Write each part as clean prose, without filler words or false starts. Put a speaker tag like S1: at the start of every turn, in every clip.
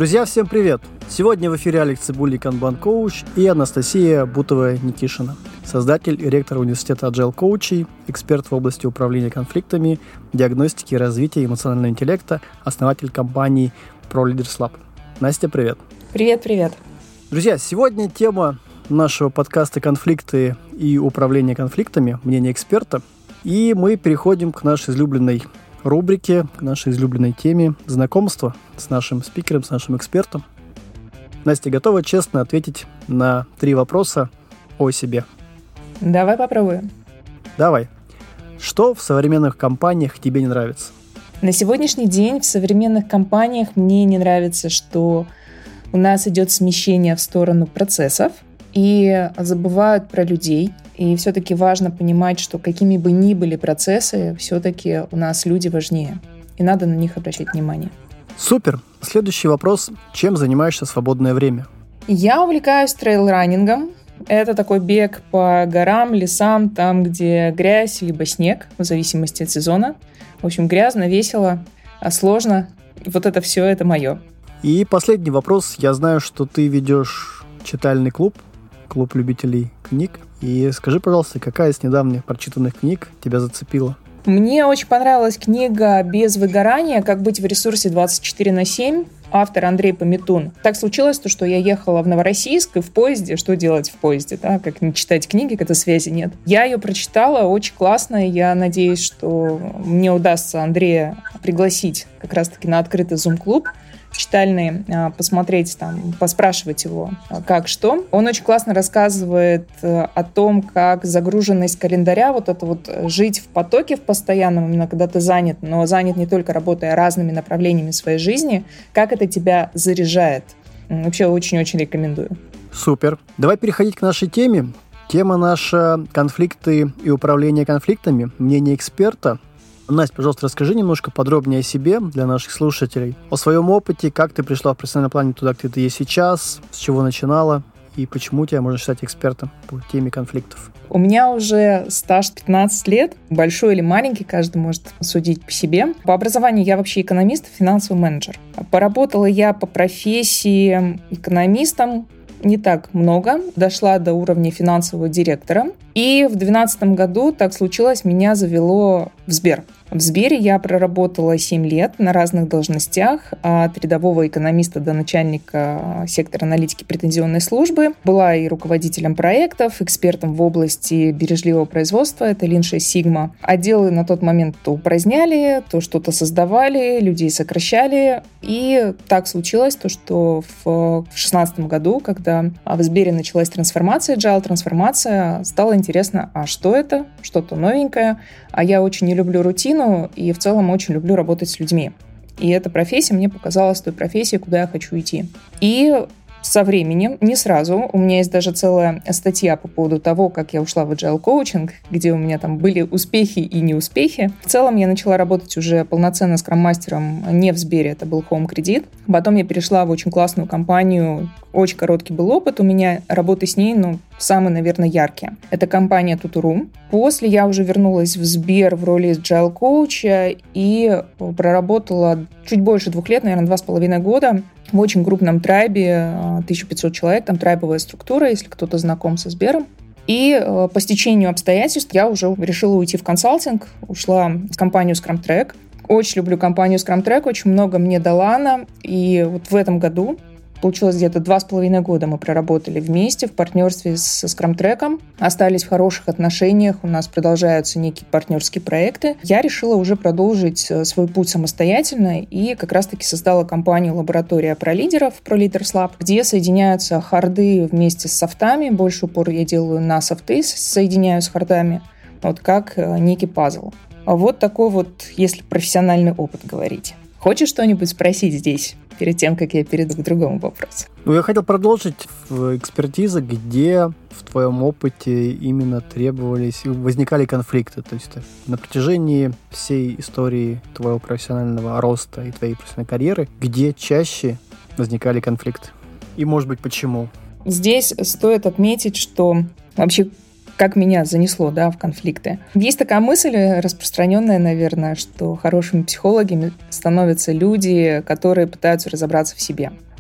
S1: Друзья, всем привет! Сегодня в эфире Алекс Цибуль, Kanban-коуч, и Анастасия Бутовая-Никишина, создатель и ректор университета Agile Coaching, эксперт в области управления конфликтами, диагностики и развития эмоционального интеллекта, основатель компании ProLeaders Lab. Настя, привет!
S2: Привет!
S1: Друзья, сегодня тема нашего подкаста «Конфликты и управление конфликтами. Мнение эксперта». И мы переходим к нашей излюбленной рубрике, к нашей излюбленной теме знакомства с нашим спикером, с нашим экспертом. Настя, готова честно ответить на 3 вопроса о себе?
S2: Давай попробуем.
S1: Давай. Что в современных компаниях тебе не нравится?
S2: На сегодняшний день в современных компаниях мне не нравится, что у нас идет смещение в сторону процессов и забывают про людей. И все-таки важно понимать, что какими бы ни были процессы, все-таки у нас люди важнее. И надо на них обращать внимание.
S1: Супер! Следующий вопрос. Чем занимаешься в свободное время?
S2: Я увлекаюсь трейл-раннингом. Это такой бег по горам, лесам, там, где грязь, либо снег, в зависимости от сезона. В общем, грязно, весело, сложно. Вот это все, это мое.
S1: И последний вопрос. Я знаю, что ты ведешь читальный клуб любителей книг. И скажи, пожалуйста, какая из недавних прочитанных книг тебя зацепила?
S2: Мне очень понравилась книга «Без выгорания. Как быть в ресурсе 24/7». Автор Андрей Пометун. Так случилось, что я ехала в Новороссийск и в поезде. Что делать в поезде? Да? Как не читать книги, когда связи нет. Я ее прочитала, очень классно. Я надеюсь, что мне удастся Андрея пригласить как раз-таки на открытый Zoom-клуб читальный, посмотреть там, поспрашивать его, как что. Он очень классно рассказывает о том, как загруженность календаря, вот это вот жить в потоке в постоянном, именно когда ты занят, но занят не только работой, а разными направлениями своей жизни, как это тебя заряжает. Вообще очень-очень рекомендую.
S1: Супер. Давай переходить к нашей теме. Тема наша – конфликты и управление конфликтами. Мнение эксперта. Настя, пожалуйста, расскажи немножко подробнее о себе для наших слушателей, о своем опыте, как ты пришла в профессиональном плане туда, где ты есть сейчас, с чего начинала и почему тебя можно считать экспертом по теме конфликтов.
S2: У меня уже стаж 15 лет, большой или маленький, каждый может судить по себе. По образованию я вообще экономист, финансовый менеджер. Поработала я по профессии экономистом не так много, дошла до уровня финансового директора. И в 2012 году так случилось, меня завело в Сбер. В Сбере я проработала 7 лет на разных должностях, от рядового экономиста до начальника сектора аналитики претензионной службы. Была и руководителем проектов, экспертом в области бережливого производства, это Lean 6 Sigma. Отделы на тот момент то упраздняли, то что-то создавали, людей сокращали. И так случилось, что в 2016 году, когда в Сбере началась трансформация, Agile-трансформация, стало интересно, а что это? Что-то новенькое. А я очень не люблю рутину и в целом очень люблю работать с людьми. И эта профессия мне показалась той профессией, куда я хочу идти. И со временем, не сразу, у меня есть даже целая статья по поводу того, как я ушла в Agile Coaching, где у меня там были успехи и неуспехи. В целом я начала работать уже полноценно скрам-мастером не в Сбере, это был Home Credit. Потом я перешла в очень классную компанию, очень короткий был опыт у меня работы с ней, самый, наверное, яркий. Это компания Tutorum. После я уже вернулась в Сбер в роли Agile коуча и проработала чуть больше 2 лет, наверное, 2,5 года в очень крупном трайбе, 1500 человек, там трайбовая структура, если кто-то знаком со Сбером. И по стечению обстоятельств я уже решила уйти в консалтинг, ушла в компанию Scrum Track. Очень люблю компанию Scrum Track, очень много мне дала она. И вот в этом году, получилось где-то 2,5 года мы проработали вместе в партнерстве со Scrum Track'ом, остались в хороших отношениях, у нас продолжаются некие партнерские проекты. Я решила уже продолжить свой путь самостоятельно и как раз-таки создала компанию «Лаборатория ProLeaders», ProLeaders Lab, где соединяются харды вместе с софтами, больше упор я делаю на софты, соединяю с хардами, вот как некий пазл. Вот такой вот, если профессиональный опыт говорить. Хочешь что-нибудь спросить здесь, перед тем, как я перейду к другому вопросу?
S1: Я хотел продолжить в экспертизе, где в твоем опыте именно требовались и возникали конфликты. То есть на протяжении всей истории твоего профессионального роста и твоей профессиональной карьеры, где чаще возникали конфликты? И, может быть, почему?
S2: Здесь стоит отметить, что вообще как меня занесло, в конфликты. Есть такая мысль распространенная, наверное, что хорошими психологами становятся люди, которые пытаются разобраться в себе.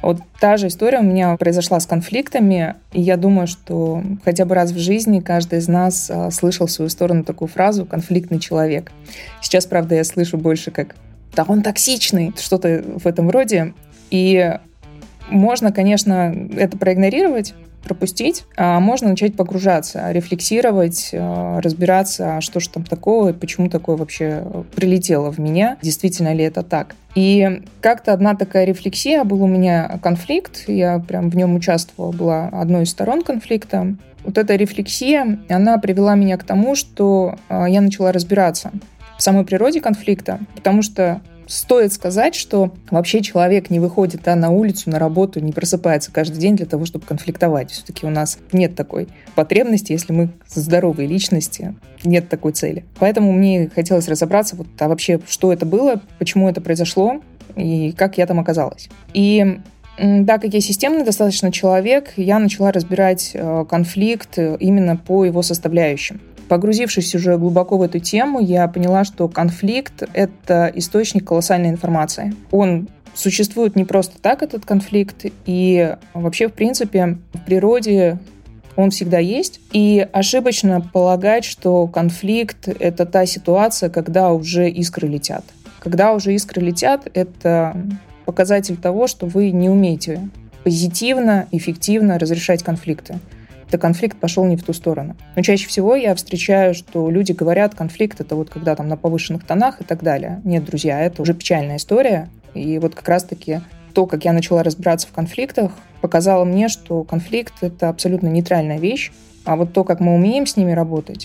S2: Вот та же история у меня произошла с конфликтами, и я думаю, что хотя бы раз в жизни каждый из нас слышал в свою сторону такую фразу «конфликтный человек». Сейчас, правда, я слышу больше как «да он токсичный», что-то в этом роде. И можно, конечно, это проигнорировать, пропустить, а можно начать погружаться, рефлексировать, разбираться, что же там такого и почему такое вообще прилетело в меня, действительно ли это так. И как-то одна такая рефлексия, был у меня конфликт, я прям в нем участвовала, была одной из сторон конфликта. Вот эта рефлексия, она привела меня к тому, что я начала разбираться в самой природе конфликта, потому что стоит сказать, что вообще человек не выходит на улицу, на работу, не просыпается каждый день для того, чтобы конфликтовать. Все-таки у нас нет такой потребности, если мы здоровые личности, нет такой цели. Поэтому мне хотелось разобраться, а вообще, что это было, почему это произошло и как я там оказалась. И так как я системный достаточно человек, я начала разбирать конфликт именно по его составляющим. Погрузившись уже глубоко в эту тему, я поняла, что конфликт — это источник колоссальной информации. Он существует не просто так, этот конфликт, и вообще, в принципе, в природе он всегда есть. И ошибочно полагать, что конфликт — это та ситуация, когда уже искры летят. Когда уже искры летят, это показатель того, что вы не умеете позитивно, эффективно разрешать конфликты. Конфликт пошел не в ту сторону. Но чаще всего я встречаю, что люди говорят, конфликт — это вот когда там на повышенных тонах и так далее. Нет, друзья, это уже печальная история. И вот как раз-таки то, как я начала разбираться в конфликтах, показало мне, что конфликт — это абсолютно нейтральная вещь. А вот то, как мы умеем с ними работать,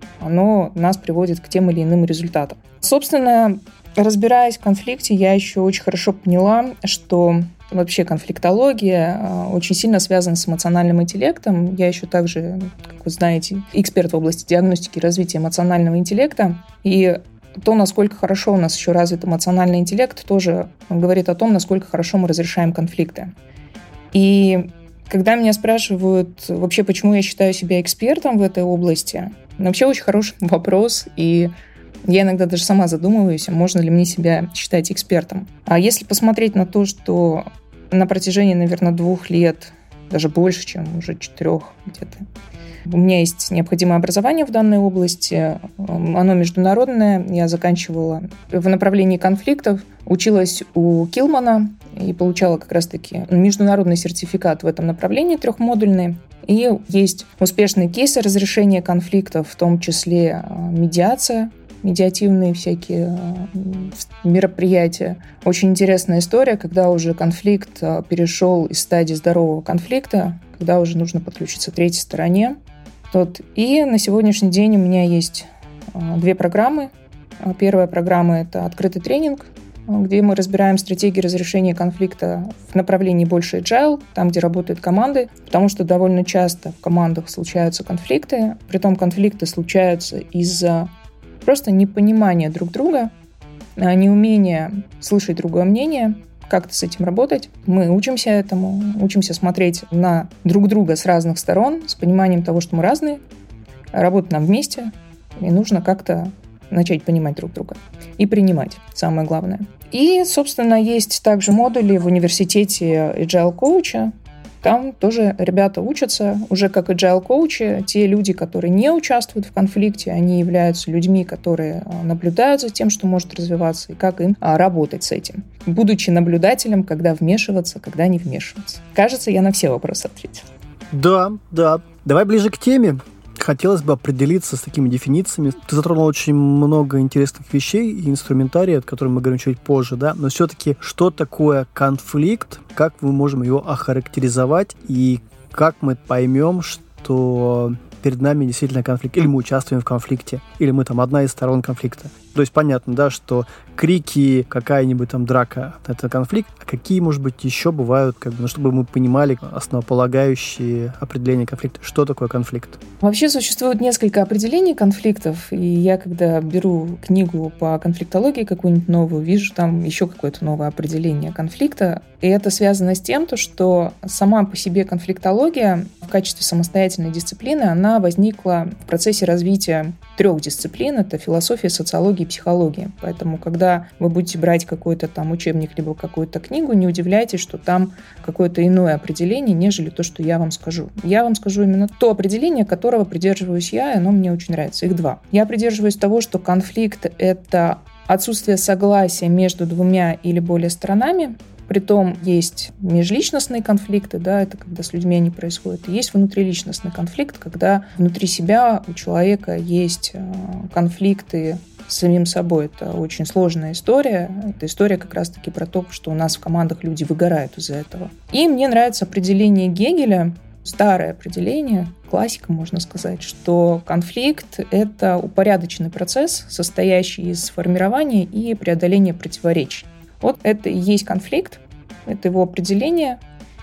S2: оно нас приводит к тем или иным результатам. Собственно, разбираясь в конфликте, я еще очень хорошо поняла, что вообще конфликтология очень сильно связана с эмоциональным интеллектом. Я еще также, как вы знаете, эксперт в области диагностики и развития эмоционального интеллекта. И то, насколько хорошо у нас еще развит эмоциональный интеллект, тоже говорит о том, насколько хорошо мы разрешаем конфликты. И когда меня спрашивают вообще, почему я считаю себя экспертом в этой области, вообще очень хороший вопрос, и я иногда даже сама задумываюсь, можно ли мне себя считать экспертом. А если посмотреть на то, что на протяжении, наверное, 2 лет, даже больше, чем уже 4 где-то, у меня есть необходимое образование в данной области, оно международное, я заканчивала в направлении конфликтов, училась у Килмана и получала как раз-таки международный сертификат в этом направлении 3-модульный. И есть успешные кейсы разрешения конфликтов, в том числе медиация, медиативные всякие мероприятия. Очень интересная история, когда уже конфликт перешел из стадии здорового конфликта, когда уже нужно подключиться третьей стороне. И на сегодняшний день у меня есть 2 программы. Первая программа — это открытый тренинг, где мы разбираем стратегии разрешения конфликта в направлении больше agile, там, где работают команды, потому что довольно часто в командах случаются конфликты, притом конфликты случаются из-за просто непонимание друг друга, неумение слышать другое мнение, как-то с этим работать. Мы учимся этому, учимся смотреть на друг друга с разных сторон, с пониманием того, что мы разные, работать нам вместе, и нужно как-то начать понимать друг друга и принимать, самое главное. И, собственно, есть также модули в университете Agile Coach. Там тоже ребята учатся уже как agile-коучи. Те люди, которые не участвуют в конфликте, они являются людьми, которые наблюдают за тем, что может развиваться, и как им работать с этим. Будучи наблюдателем, когда вмешиваться, когда не вмешиваться. Кажется, я на все вопросы ответила.
S1: Да. Давай ближе к теме. Хотелось бы определиться с такими дефинициями. Ты затронул очень много интересных вещей и инструментария, о котором мы говорим чуть позже, да? Но все-таки, что такое конфликт, как мы можем его охарактеризовать и как мы поймем, что перед нами действительно конфликт, или мы участвуем в конфликте, или мы там одна из сторон конфликта. То есть понятно, да, что крики, какая-нибудь там драка — это конфликт, а какие, может быть, еще бывают, чтобы мы понимали основополагающие определения конфликта. Что такое конфликт?
S2: Вообще существует несколько определений конфликтов, и я, когда беру книгу по конфликтологии какую-нибудь новую, вижу там еще какое-то новое определение конфликта, и это связано с тем, что сама по себе конфликтология в качестве самостоятельной дисциплины, она она возникла в процессе развития 3 дисциплин. Это философия, социология и психология. Поэтому, когда вы будете брать какой-то там учебник либо какую-то книгу, не удивляйтесь, что там какое-то иное определение, нежели то, что я вам скажу. Я вам скажу именно то определение, которого придерживаюсь я, и оно мне очень нравится. Их 2. Я придерживаюсь того, что конфликт — это отсутствие согласия между 2 или более сторонами. Притом есть межличностные конфликты, да, это когда с людьми они происходят. И есть внутриличностный конфликт, когда внутри себя у человека есть конфликты с самим собой. Это очень сложная история. Это история как раз-таки про то, что у нас в командах люди выгорают из-за этого. И мне нравится определение Гегеля, старое определение, классика, можно сказать, что конфликт — это упорядоченный процесс, состоящий из формирования и преодоления противоречий. Вот это и есть конфликт, это его определение.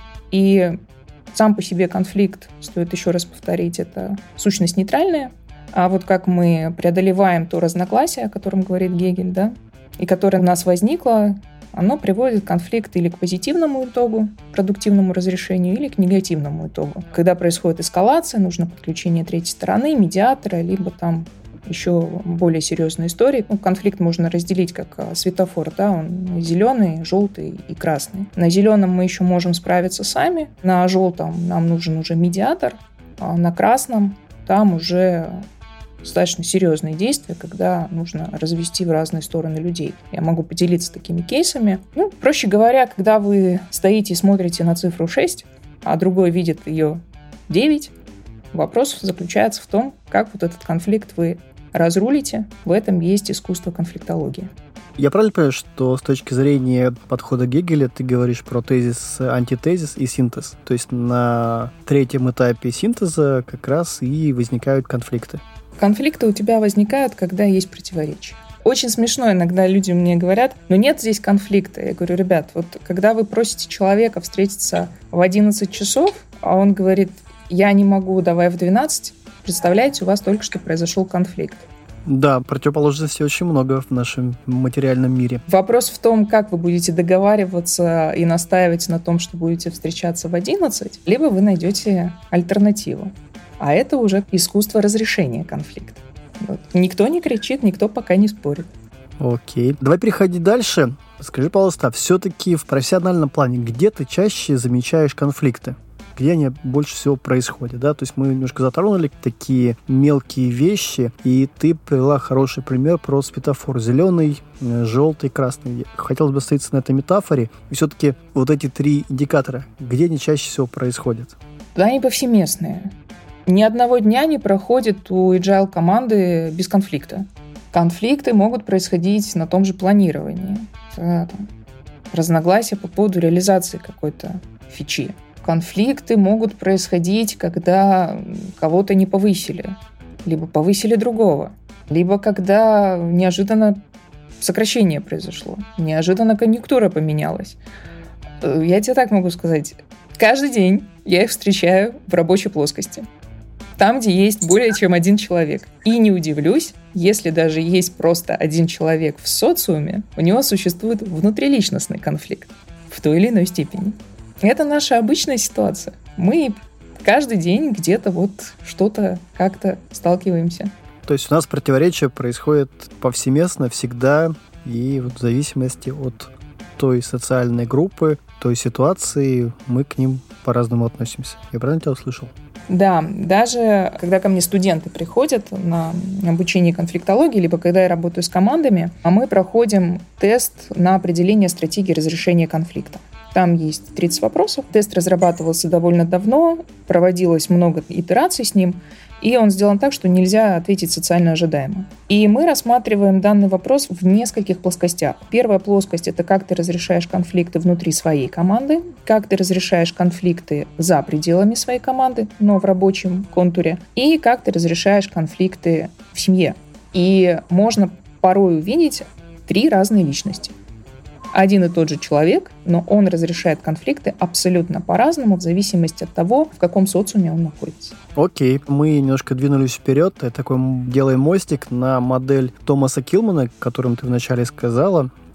S2: И сам по себе конфликт, стоит еще раз повторить, это сущность нейтральная. А вот как мы преодолеваем то разногласие, о котором говорит Гегель, да, и которое у нас возникло, оно приводит конфликт или к позитивному итогу, продуктивному разрешению, или к негативному итогу. Когда происходит эскалация, нужно подключение третьей стороны, медиатора, либо там еще более серьезные истории. Конфликт можно разделить как светофор, да, он зеленый, желтый и красный. На зеленом мы еще можем справиться сами, на желтом нам нужен уже медиатор, а на красном там уже достаточно серьезные действия, когда нужно развести в разные стороны людей. Я могу поделиться такими кейсами. Проще говоря, когда вы стоите и смотрите на цифру 6, а другой видит ее 9, вопрос заключается в том, как вот этот конфликт вы разрулите. В этом есть искусство конфликтологии.
S1: Я правильно понимаю, что с точки зрения подхода Гегеля ты говоришь про тезис, антитезис и синтез? То есть на 3-м этапе синтеза как раз и возникают конфликты.
S2: Конфликты у тебя возникают, когда есть противоречия. Очень смешно иногда люди мне говорят, но нет здесь конфликта. Я говорю, ребят, вот когда вы просите человека встретиться в 11 часов, а он говорит, я не могу, давай в 12, представляете, у вас только что произошел конфликт.
S1: Да, противоположностей очень много в нашем материальном мире.
S2: Вопрос в том, как вы будете договариваться и настаивать на том, что будете встречаться в 11, либо вы найдете альтернативу. А это уже искусство разрешения конфликта. Вот. Никто не кричит, никто пока не спорит.
S1: Окей. Давай переходить дальше. Скажи, пожалуйста, все-таки в профессиональном плане, где ты чаще замечаешь конфликты? Где они больше всего происходят, да? То есть мы немножко затронули такие мелкие вещи, и ты привела хороший пример про светофор. Зеленый, желтый, красный. Хотелось бы остановиться на этой метафоре. И все-таки вот эти 3 индикатора, где они чаще всего происходят?
S2: Да, они повсеместные. Ни одного дня не проходит у agile-команды без конфликта. Конфликты могут происходить на том же планировании. Разногласия по поводу реализации какой-то фичи. Конфликты могут происходить, когда кого-то не повысили, либо повысили другого, либо когда неожиданно сокращение произошло, неожиданно конъюнктура поменялась. Я тебе так могу сказать. Каждый день я их встречаю в рабочей плоскости. Там, где есть более чем 1 человек. И не удивлюсь, если даже есть просто 1 человек в социуме, у него существует внутриличностный конфликт в той или иной степени. Это наша обычная ситуация. Мы каждый день где-то вот что-то как-то сталкиваемся.
S1: То есть у нас противоречия происходят повсеместно, всегда, и вот в зависимости от той социальной группы, той ситуации, мы к ним по-разному относимся. Я правильно тебя услышал?
S2: Да, даже когда ко мне студенты приходят на обучение конфликтологии, либо когда я работаю с командами, мы проходим тест на определение стратегии разрешения конфликта. Там есть 30 вопросов. Тест разрабатывался довольно давно, проводилось много итераций с ним, и он сделан так, что нельзя ответить социально ожидаемо. И мы рассматриваем данный вопрос в нескольких плоскостях. Первая плоскость — это как ты разрешаешь конфликты внутри своей команды, как ты разрешаешь конфликты за пределами своей команды, но в рабочем контуре, и как ты разрешаешь конфликты в семье. И можно порой увидеть 3 разные личности. Один и тот же человек, но он разрешает конфликты абсолютно по-разному в зависимости от того, в каком социуме он находится.
S1: Окей, мы немножко двинулись вперед. Я такой делаем мостик на модель Томаса Килмана, о котором ты вначале сказала.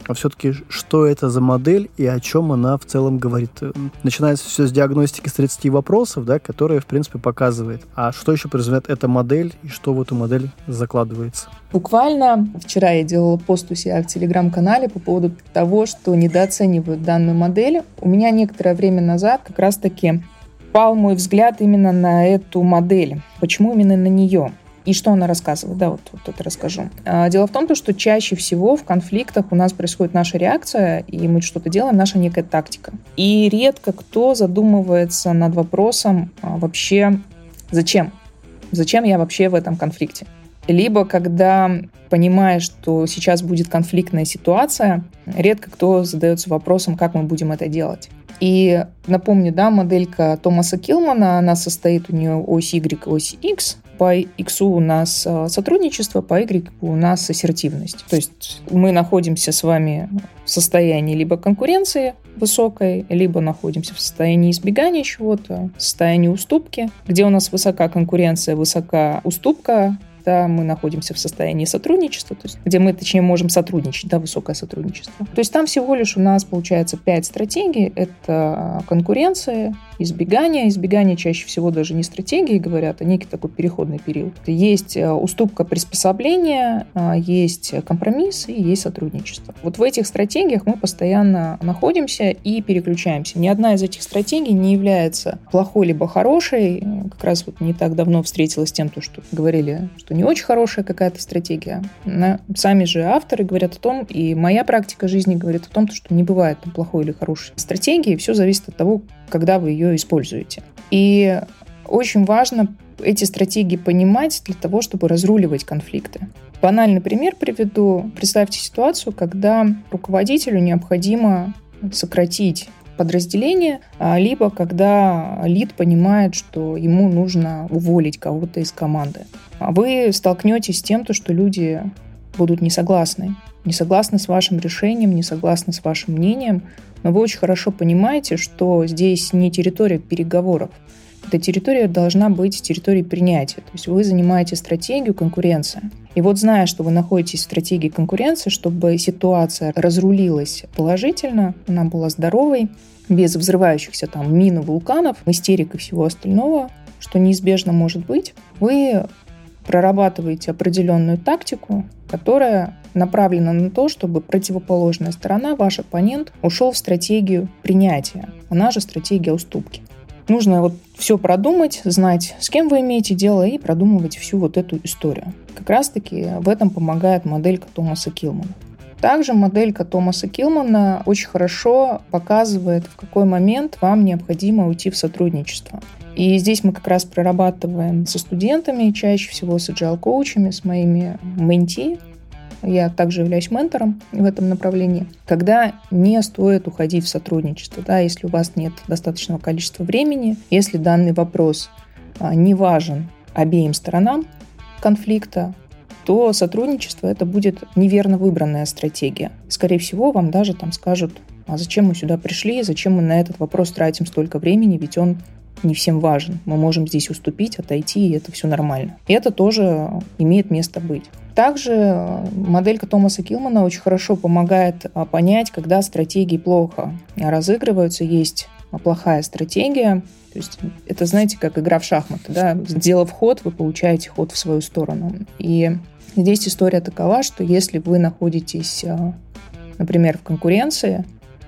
S1: а все-таки что это за модель и о чем она в целом говорит. Начинается все с диагностики с 30 вопросов, да, которая, в принципе, показывает, а что еще подразумевает эта модель и что в эту модель закладывается.
S2: Буквально вчера я делала пост у себя в Телеграм-канале по поводу того, что недооценивают данную модель. У меня некоторое время назад как раз-таки пал мой взгляд именно на эту модель. Почему именно на нее? И что она рассказывает? Да, вот это расскажу. Дело в том, что чаще всего в конфликтах у нас происходит наша реакция, и мы что-то делаем, наша некая тактика. И редко кто задумывается над вопросом вообще, зачем? Зачем я вообще в этом конфликте? Либо когда понимаешь, что сейчас будет конфликтная ситуация, редко кто задается вопросом, как мы будем это делать. И напомню, да, моделька Томаса Килмана, она состоит, у нее ось Y и ось X. По X у нас сотрудничество, по Y у нас ассертивность. То есть мы находимся с вами в состоянии либо конкуренции высокой, либо находимся в состоянии избегания чего-то, в состоянии уступки. Где у нас высока конкуренция, высока уступка, да, мы находимся в состоянии сотрудничества, то есть, где мы, точнее, можем сотрудничать, да, высокое сотрудничество. То есть там всего лишь у нас получается 5 стратегий. Это конкуренция, избегание. Избегание чаще всего даже не стратегии говорят, а некий такой переходный период. Есть уступка, приспособление, есть компромисс и есть сотрудничество. Вот в этих стратегиях мы постоянно находимся и переключаемся. Ни одна из этих стратегий не является плохой либо хорошей. Как раз вот не так давно встретилась с тем, что говорили, что не очень хорошая какая-то стратегия. Сами же авторы говорят о том, и моя практика жизни говорит о том, что не бывает плохой или хорошей стратегии. Все зависит от того, когда вы ее используете. И очень важно эти стратегии понимать для того, чтобы разруливать конфликты. Банальный пример приведу. Представьте ситуацию, когда руководителю необходимо сократить подразделение, либо когда лид понимает, что ему нужно уволить кого-то из команды. Вы столкнетесь с тем, что люди будут не согласны с вашим решением, не согласны с вашим мнением, но вы очень хорошо понимаете, что здесь не территория переговоров. Эта территория должна быть территорией принятия. То есть вы занимаете стратегию конкуренции. И вот зная, что вы находитесь в стратегии конкуренции, чтобы ситуация разрулилась положительно, она была здоровой, без взрывающихся там мин и вулканов, истерик и всего остального, что неизбежно может быть, вы прорабатываете определенную тактику, которая направлена на то, чтобы противоположная сторона, ваш оппонент, ушел в стратегию принятия, она же стратегия уступки. Нужно вот все продумать, знать, с кем вы имеете дело, и продумывать всю вот эту историю. Как раз-таки в этом помогает моделька Томаса Килмана. Также моделька Томаса Килмана очень хорошо показывает, в какой момент вам необходимо уйти в сотрудничество. И здесь мы как раз прорабатываем со студентами, чаще всего с agile-коучами, с моими менти. Я также являюсь ментором в этом направлении. Когда не стоит уходить в сотрудничество, да, если у вас нет достаточного количества времени, если данный вопрос не важен обеим сторонам конфликта, то сотрудничество это будет неверно выбранная стратегия. Скорее всего, вам даже там скажут, а зачем мы сюда пришли, зачем мы на этот вопрос тратим столько времени, ведь он не всем важен. Мы можем здесь уступить, отойти, и это все нормально. И это тоже имеет место быть. Также моделька Томаса Килмана очень хорошо помогает понять, когда стратегии плохо разыгрываются, есть плохая стратегия. То есть это, знаете, как игра в шахматы. Да? Сделав ход, вы получаете ход в свою сторону. И здесь история такова, что если вы находитесь, например, в конкуренции,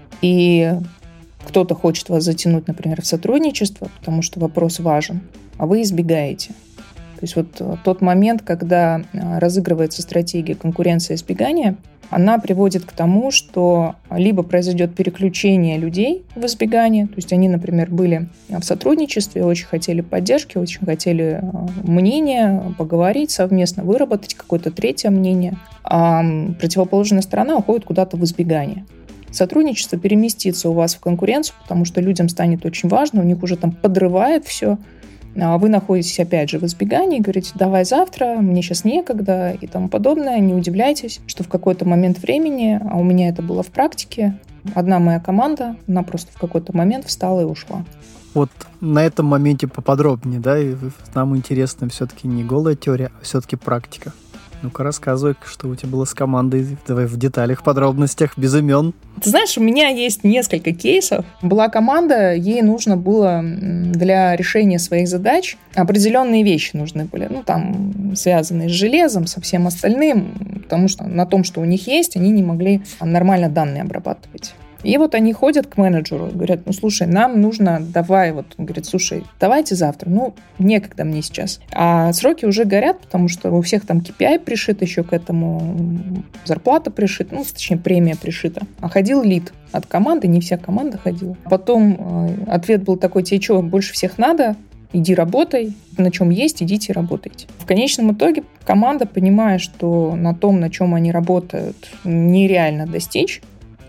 S2: и кто-то хочет вас затянуть, например, в сотрудничество, потому что вопрос важен, а вы избегаете. То есть вот тот момент, когда разыгрывается стратегия конкуренции и избегания, она приводит к тому, что либо произойдет переключение людей в избегание, то есть они, например, были в сотрудничестве, очень хотели поддержки, очень хотели мнения, поговорить совместно, выработать какое-то третье мнение, а противоположная сторона уходит куда-то в избегание. Сотрудничество переместится у вас в конкуренцию, потому что людям станет очень важно, у них уже там подрывает все. А вы находитесь, опять же, в избегании, говорите, давай завтра, мне сейчас некогда и тому подобное. Не удивляйтесь, что в какой-то момент времени, а у меня это было в практике, одна моя команда, она просто в какой-то момент встала и ушла.
S1: Вот на этом моменте поподробнее, да, и нам интересна все-таки не голая теория, а все-таки практика. Ну-ка, рассказывай, что у тебя было с командой. Давай в деталях, подробностях, без имен.
S2: Ты знаешь, у меня есть несколько кейсов. Была команда, ей нужно было для решения своих задач определенные вещи нужны были. Там, связанные с железом, со всем остальным, потому что на том, что у них есть, они не могли нормально данные обрабатывать. И вот они ходят к менеджеру, говорят, слушай, нам нужно, давай, он говорит, слушай, давайте завтра, некогда мне сейчас. А сроки уже горят, потому что у всех там KPI пришит еще к этому, зарплата пришита, точнее, премия пришита. А ходил лид от команды, не вся команда ходила. Потом ответ был такой, тебе что, больше всех надо? Иди работай, на чем есть, идите работайте. В конечном итоге команда, понимая, что на том, на чем они работают, нереально достичь,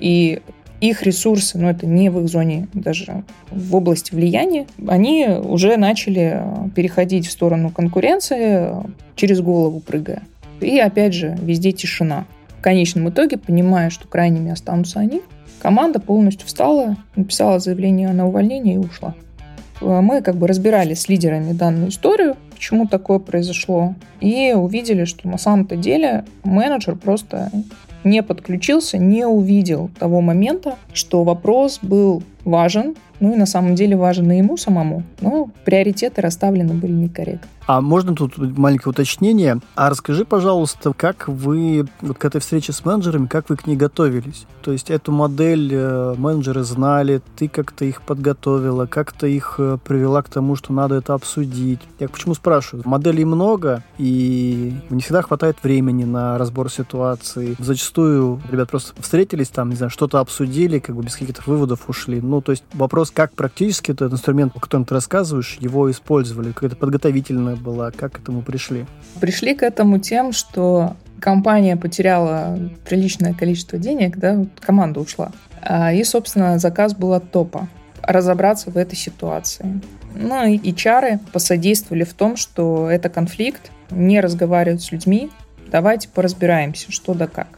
S2: и их ресурсы, это не в их зоне, даже в области влияния, они уже начали переходить в сторону конкуренции, через голову прыгая. И опять же, везде тишина. В конечном итоге, понимая, что крайними останутся они, команда полностью встала, написала заявление на увольнение и ушла. Мы разбирали с лидерами данную историю, почему такое произошло, и увидели, что на самом-то деле менеджер просто не подключился, не увидел того момента, что вопрос был важен, и на самом деле важен и ему самому, но приоритеты расставлены были некорректно.
S1: А можно тут маленькое уточнение? А расскажи, пожалуйста, как вы к этой встрече с менеджерами, как вы к ней готовились? То есть эту модель менеджеры знали, ты как-то их подготовила, как-то их привела к тому, что надо это обсудить. Я почему спрашиваю? Моделей много, и не всегда хватает времени на разбор ситуации. Зачастую ребят просто встретились, что-то обсудили, без каких-то выводов ушли. То есть вопрос, как практически этот инструмент, о котором ты рассказываешь, его использовали, какая-то подготовительная была, как к этому пришли?
S2: Пришли к этому тем, что компания потеряла приличное количество денег, команда ушла. И, собственно, заказ был от топа разобраться в этой ситуации. И HR посодействовали в том, что это конфликт, не разговаривать с людьми, давайте поразбираемся, что да как.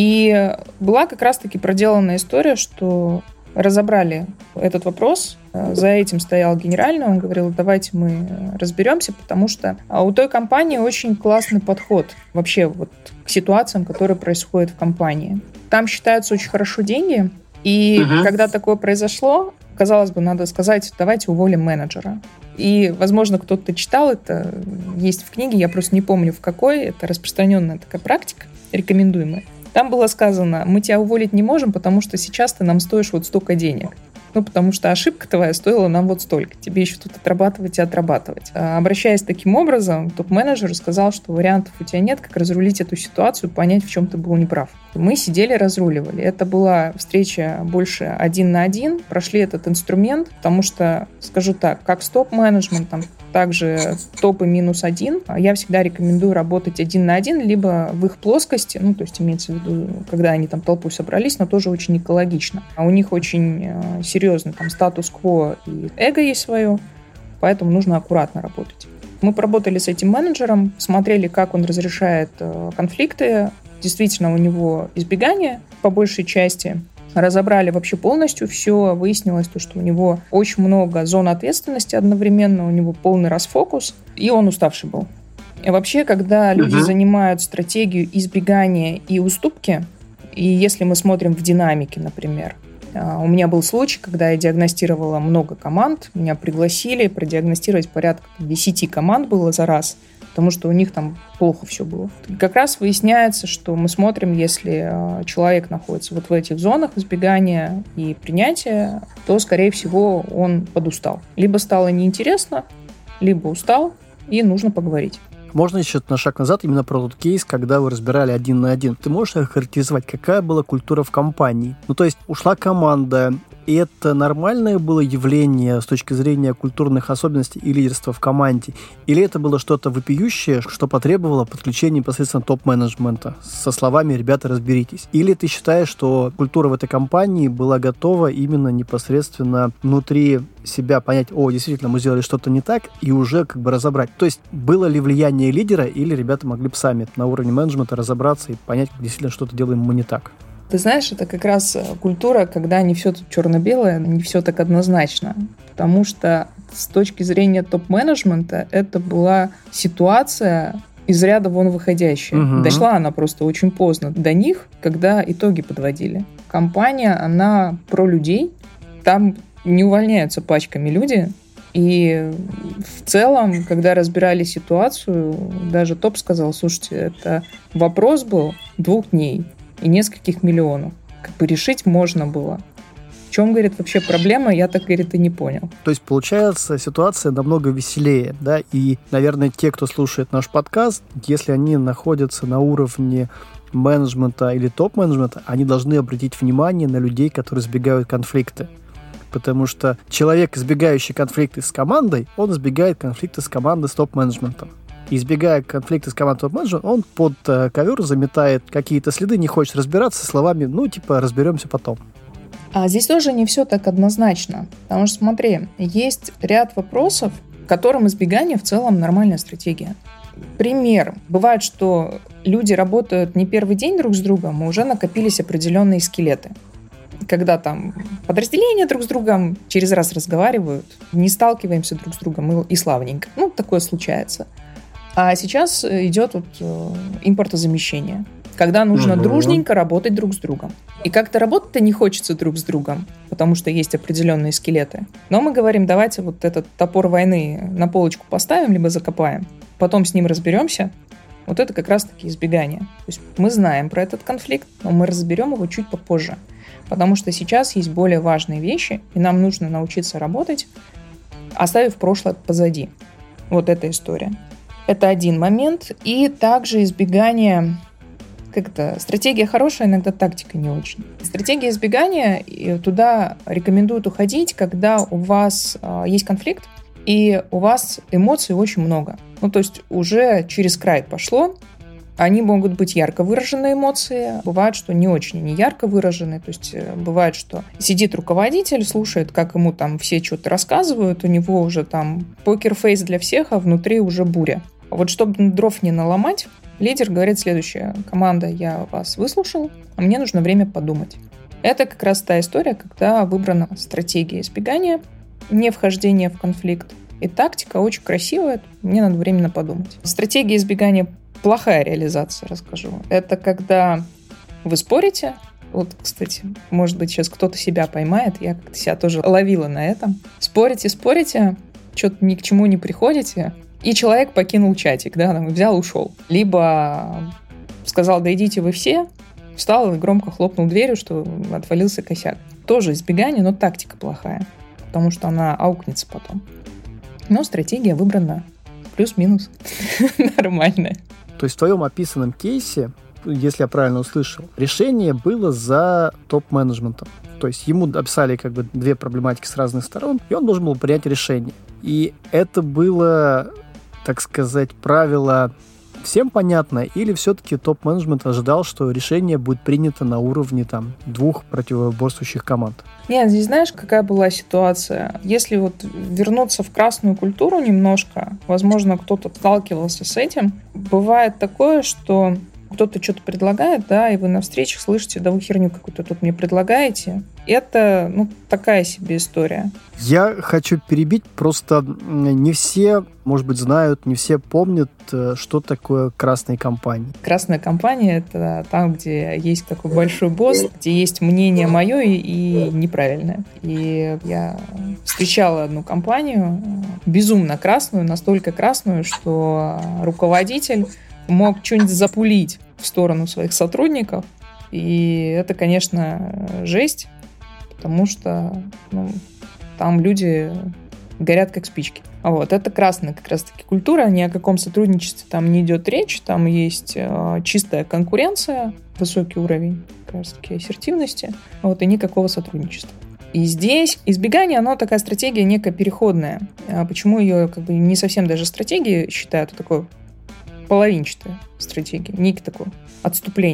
S2: И была как раз-таки проделана история, что разобрали этот вопрос. За этим стоял генеральный, он говорил, давайте мы разберемся, потому что у той компании очень классный подход вообще к ситуациям, которые происходят в компании. Там считаются очень хорошо деньги, и когда такое произошло, казалось бы, надо сказать, давайте уволим менеджера. И, возможно, кто-то читал это, есть в книге, я просто не помню в какой, это распространенная такая практика, рекомендуемая. Там было сказано, мы тебя уволить не можем, потому что сейчас ты нам стоишь столько денег. Потому что ошибка твоя стоила нам столько. Тебе еще тут отрабатывать и отрабатывать. Обращаясь таким образом, топ-менеджер сказал, что вариантов у тебя нет, как разрулить эту ситуацию, понять, в чем ты был неправ. Мы сидели, разруливали. Это была встреча больше 1 на 1. Прошли этот инструмент, потому что, скажу так, как с топ-менеджментом, также топы -1. Я всегда рекомендую работать 1 на 1, либо в их плоскости, то есть имеется в виду, когда они толпой собрались, но тоже очень экологично. А у них очень серьезный статус-кво и эго есть свое, поэтому нужно аккуратно работать. Мы поработали с этим менеджером, смотрели, как он разрешает конфликты. Действительно, у него избегание по большей части. Разобрали вообще полностью все, выяснилось, что у него очень много зон ответственности одновременно, у него полный расфокус, и он уставший был. И вообще, когда люди занимают стратегию избегания и уступки, и если мы смотрим в динамике, например, у меня был случай, когда я диагностировала много команд, меня пригласили продиагностировать порядка 10 команд было за раз, потому что у них там плохо все было. И как раз выясняется, что мы смотрим, если человек находится в этих зонах избегания и принятия, то, скорее всего, он подустал. Либо стало неинтересно, либо устал, и нужно поговорить.
S1: Можно еще на шаг назад именно про тот кейс, когда вы разбирали 1 на 1. Ты можешь охарактеризовать, какая была культура в компании? То есть ушла команда, и это нормальное было явление с точки зрения культурных особенностей и лидерства в команде? Или это было что-то вопиющее, что потребовало подключения непосредственно топ-менеджмента со словами «ребята, разберитесь»? Или ты считаешь, что культура в этой компании была готова именно непосредственно внутри себя понять, действительно, мы сделали что-то не так, и уже разобрать? То есть было ли влияние лидера, или ребята могли бы сами на уровне менеджмента разобраться и понять, действительно, что-то делаем мы не так?
S2: Ты знаешь, это как раз культура, когда не все тут черно-белое, не все так однозначно. Потому что с точки зрения топ-менеджмента это была ситуация из ряда вон выходящая. Дошла она просто очень поздно до них, когда итоги подводили. Компания, она про людей. Там не увольняются пачками люди. И в целом, когда разбирали ситуацию, даже топ сказал, слушайте, это вопрос был 2 дней и нескольких миллионов. Как бы решить можно было. В чем, говорит, вообще проблема, я так, говорит, и не понял.
S1: То есть, получается, ситуация намного веселее, да, и, наверное, те, кто слушает наш подкаст, если они находятся на уровне менеджмента или топ-менеджмента, они должны обратить внимание на людей, которые избегают конфликты. Потому что человек, избегающий конфликты с командой, он избегает конфликта с командой с топ-менеджментом. Избегая конфликта с командой топ-менеджмента, он под ковер заметает какие-то следы, не хочет разбираться словами, разберемся потом.
S2: А здесь тоже не все так однозначно. Потому что, смотри, есть ряд вопросов, которым избегание в целом нормальная стратегия. Пример. Бывает, что люди работают не первый день друг с другом, а уже накопились определенные скелеты. Когда там подразделения друг с другом через раз разговаривают, не сталкиваемся друг с другом и славненько. Такое случается. А сейчас идет импортозамещение, когда нужно дружненько работать друг с другом. И как-то работать-то не хочется друг с другом, потому что есть определенные скелеты. Но мы говорим, давайте этот топор войны на полочку поставим, либо закопаем, потом с ним разберемся. Вот это как раз-таки избегание. То есть мы знаем про этот конфликт, но мы разберем его чуть попозже. Потому что сейчас есть более важные вещи, и нам нужно научиться работать, оставив прошлое позади. Вот эта история. Это один момент. И также избегание... стратегия хорошая, иногда тактика не очень. Стратегия избегания, и туда рекомендуют уходить, когда у вас есть конфликт, и у вас эмоций очень много. То есть уже через край пошло. Они могут быть ярко выраженные эмоции, бывает, что не очень они ярко выражены. То есть бывает, что сидит руководитель, слушает, как ему там все что-то рассказывают, у него уже там покерфейс для всех, а внутри уже буря. А вот чтобы дров не наломать, лидер говорит следующее: команда, я вас выслушал, а мне нужно время подумать. Это как раз та история, когда выбрана стратегия избегания, не вхождение в конфликт. И тактика очень красивая, мне надо временно подумать. Стратегия избегания – плохая реализация, расскажу. Это когда вы спорите. Вот, кстати, может быть, сейчас кто-то себя поймает, я как-то себя тоже ловила на этом. Спорите, что-то ни к чему не приходите, и человек покинул чатик, взял, ушел. Либо сказал, да идите вы все, встал и громко хлопнул дверью, что отвалился косяк. Тоже избегание, но тактика плохая, потому что она аукнется потом. Но стратегия выбрана плюс-минус нормальная.
S1: То есть в твоем описанном кейсе, если я правильно услышал, решение было за топ-менеджментом. То есть ему описали 2 проблематики с разных сторон, и он должен был принять решение. И это было, так сказать, правило всем понятно, или все-таки топ-менеджмент ожидал, что решение будет принято на уровне 2 противоборствующих команд?
S2: Нет, здесь знаешь, какая была ситуация? Если вернуться в красную культуру немножко, возможно, кто-то сталкивался с этим, бывает такое, что кто-то что-то предлагает, и вы на встречах слышите, да вы херню какую-то тут мне предлагаете. Это, такая себе история.
S1: Я хочу перебить, просто не все, может быть, знают, не все помнят, что такое красные компании.
S2: Красная компания — это там, где есть такой большой босс, где есть мнение мое и неправильное. И я встречала одну компанию, безумно красную, настолько красную, что руководитель мог что-нибудь запулить в сторону своих сотрудников. И это, конечно, жесть, потому что там люди горят как спички. Это красная как раз-таки культура, ни о каком сотрудничестве там не идет речь, там есть чистая конкуренция, высокий уровень как раз-таки ассертивности, и никакого сотрудничества. И здесь избегание, оно такая стратегия некая переходная. Почему ее не совсем даже стратегией считают, а такое половинчатая стратегия, некий такое отступление.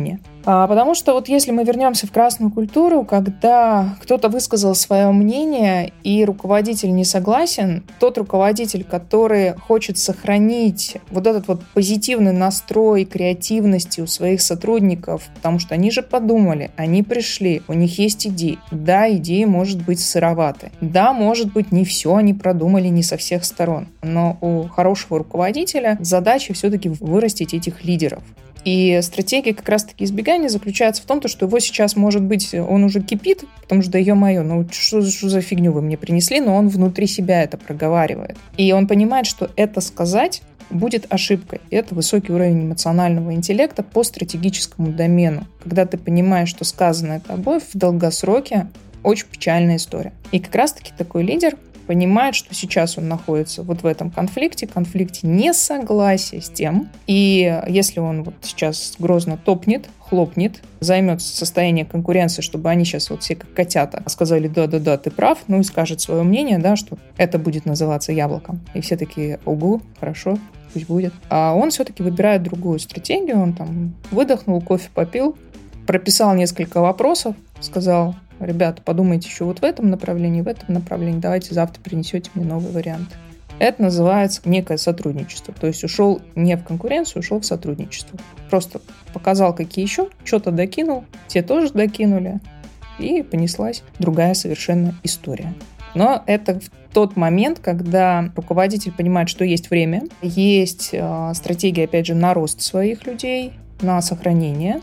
S2: Потому что вот если мы вернемся в красную культуру, когда кто-то высказал свое мнение и руководитель не согласен, тот руководитель, который хочет сохранить вот этот вот позитивный настрой креативности у своих сотрудников, потому что они же подумали, они пришли, у них есть идеи. Да, идеи, может быть, сыроваты. Да, может быть, не все они продумали не со всех сторон. Но у хорошего руководителя задача все-таки вырастить этих лидеров. И стратегия как раз-таки избегания заключается в том, что его сейчас, может быть, он уже кипит, потому что, да ё-моё, ну что за фигню вы мне принесли, но он внутри себя это проговаривает. И он понимает, что это сказать будет ошибкой. И это высокий уровень эмоционального интеллекта по стратегическому домену. Когда ты понимаешь, что сказанное тобой в долгосроке очень печальная история. И как раз-таки такой лидер понимает, что сейчас он находится вот в этом конфликте несогласия с тем. И если он вот сейчас грозно топнет, хлопнет, займет состояние конкуренции, чтобы они сейчас вот все как котята сказали: да-да-да, ты прав, ну и скажет свое мнение, да, что это будет называться яблоком. И все такие: угу, хорошо, пусть будет. А он все-таки выбирает другую стратегию, он там выдохнул, кофе попил, прописал несколько вопросов, сказал: ребята, подумайте еще вот в этом направлении, давайте завтра принесете мне новый вариант. Это называется некое сотрудничество. То есть ушел не в конкуренцию, ушел в сотрудничество. Просто показал, какие еще, что-то докинул, те тоже докинули, и понеслась другая совершенно история. Но это в тот момент, когда руководитель понимает, что есть время, есть стратегия, опять же, на рост своих людей, на сохранение.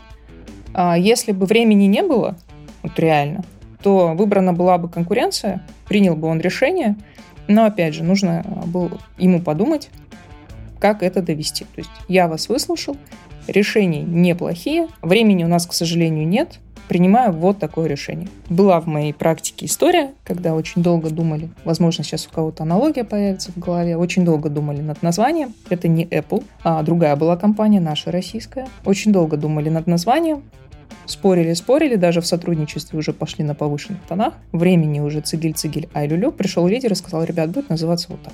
S2: Если бы времени не было, вот реально, то выбрана была бы конкуренция, принял бы он решение, но, опять же, нужно было ему подумать, как это довести. То есть я вас выслушал, решения неплохие, времени у нас, к сожалению, нет, принимаю вот такое решение. Была в моей практике история, когда очень долго думали, возможно, сейчас у кого-то аналогия появится в голове, очень долго думали над названием, это не Apple, а другая была компания, наша российская, очень долго думали над названием, спорили, даже в сотрудничестве уже пошли на повышенных тонах. Времени уже цигель-цигель, ай-лю-лю. Пришел лидер и сказал: ребят, будет называться вот так.